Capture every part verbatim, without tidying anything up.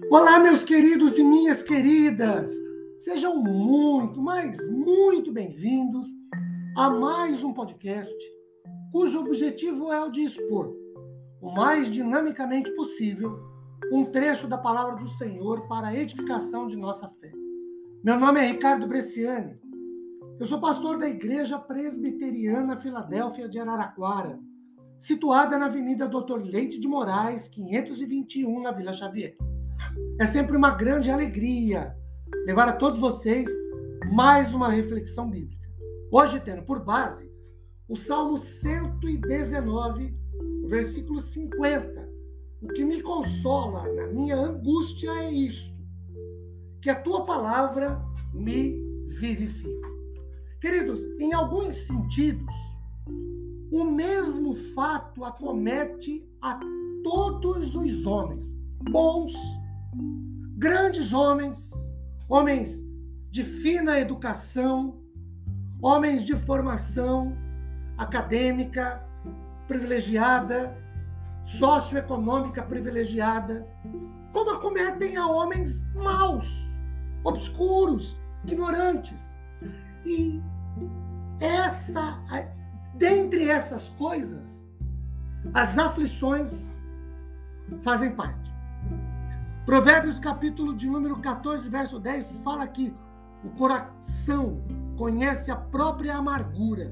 Olá, meus queridos e minhas queridas! Sejam muito, mas muito bem-vindos a mais um podcast cujo objetivo é o de expor, o mais dinamicamente possível, um trecho da palavra do Senhor para a edificação de nossa fé. Meu nome é Ricardo Bresciani. Eu sou pastor da Igreja Presbiteriana Filadélfia de Araraquara, situada na Avenida doutor Leite de Moraes, quinhentos e vinte e um, na Vila Xavier. É sempre uma grande alegria levar a todos vocês mais uma reflexão bíblica. Hoje tendo por base o Salmo cento e dezenove, o versículo cinquenta. O que me consola na minha angústia é isto, que a tua palavra me vivifica. Queridos, em alguns sentidos, o mesmo fato acomete a todos os homens, bons, grandes homens, homens de fina educação, homens de formação acadêmica privilegiada, socioeconômica privilegiada, como acometem a homens maus, obscuros, ignorantes. E essa, dentre essas coisas, as aflições fazem parte. Provérbios, capítulo de número catorze, verso dez, fala que o coração conhece a própria amargura.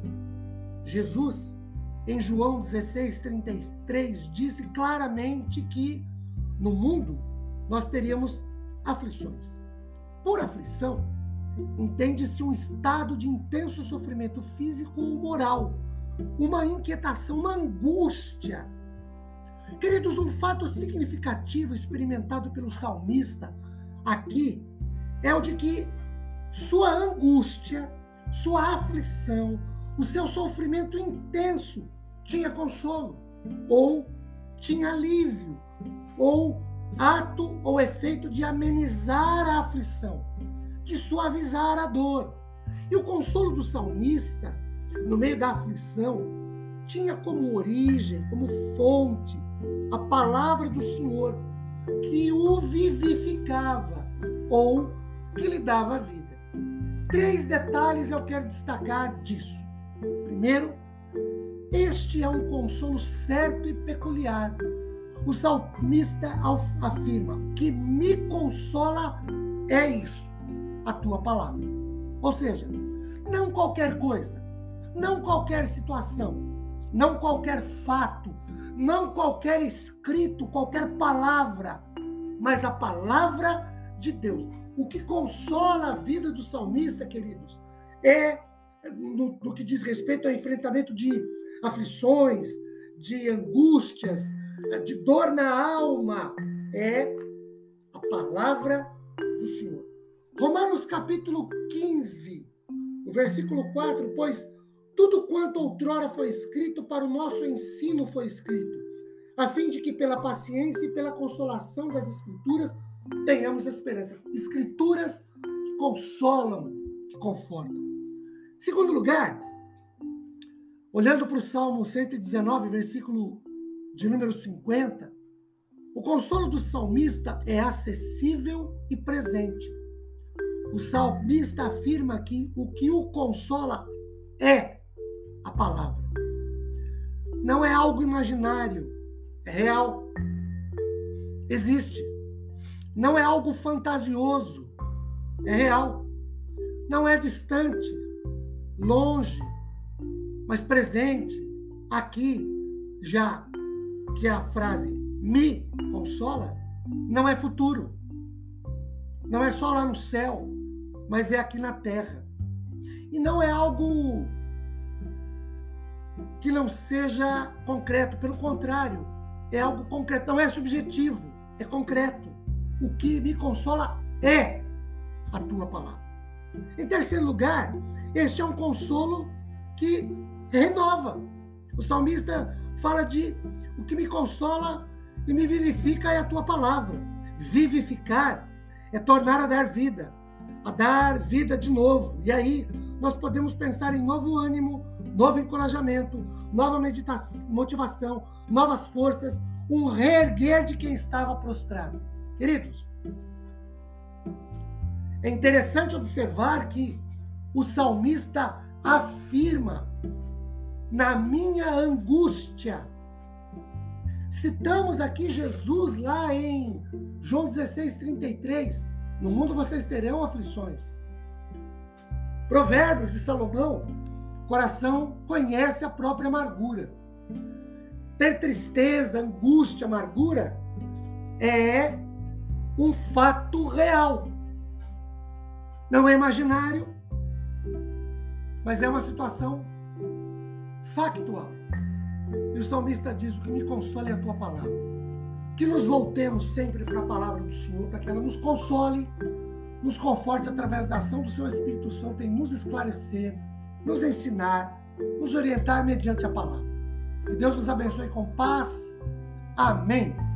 Jesus, em João dezesseis, trinta e três, disse claramente que no mundo nós teríamos aflições. Por aflição, entende-se um estado de intenso sofrimento físico ou moral, uma inquietação, uma angústia. Queridos, um fato significativo experimentado pelo salmista aqui é o de que sua angústia, sua aflição, o seu sofrimento intenso tinha consolo, ou tinha alívio, ou ato ou efeito de amenizar a aflição, de suavizar a dor. E o consolo do salmista, no meio da aflição, tinha como origem, como fonte, a palavra do Senhor, que o vivificava ou que lhe dava vida. Três detalhes eu quero destacar disso. Primeiro, este é um consolo certo e peculiar. O salmista afirma: que me consola é isto, a tua palavra. Ou seja, não qualquer coisa, não qualquer situação, não qualquer fato, não qualquer escrito, qualquer palavra, mas a palavra de Deus. O que consola a vida do salmista, queridos, é, no, no que diz respeito ao enfrentamento de aflições, de angústias, de dor na alma, é a palavra do Senhor. Romanos capítulo quinze, o versículo quatro, pois tudo quanto outrora foi escrito para o nosso ensino foi escrito, a fim de que pela paciência e pela consolação das Escrituras tenhamos esperanças. Escrituras que consolam, que confortam. Segundo lugar, olhando para o Salmo cento e dezenove, versículo de número cinquenta, o consolo do salmista é acessível e presente. O salmista afirma que o que o consola é a palavra. Não é algo imaginário, é real. Existe. Não é algo fantasioso, é real. Não é distante, longe, mas presente, aqui, já. Que a frase me consola não é futuro. Não é só lá no céu, mas é aqui na terra. E não é algo que não seja concreto, pelo contrário, é algo concreto, não é subjetivo, é concreto. O que me consola é a tua palavra. Em terceiro lugar, este é um consolo que renova. O salmista fala de o que me consola e me vivifica é a tua palavra. Vivificar é tornar a dar vida, a dar vida de novo. E aí nós podemos pensar em novo ânimo, novo encorajamento, nova meditação, motivação, novas forças, um reerguer de quem estava prostrado. Queridos, É interessante observar que o salmista afirma: na minha angústia. Citamos aqui Jesus lá em João dezesseis, trinta e três. No mundo vocês terão aflições. Provérbios de Salomão: coração conhece a própria amargura. Ter tristeza, angústia, amargura é um fato real. Não é imaginário, mas é uma situação factual. E o salmista diz: o que me consola é a tua palavra. Que nos voltemos sempre para a palavra do Senhor, para que ela nos console, nos conforte através da ação do seu Espírito Santo em nos esclarecer, nos ensinar, nos orientar mediante a palavra. Que Deus nos abençoe com paz. Amém.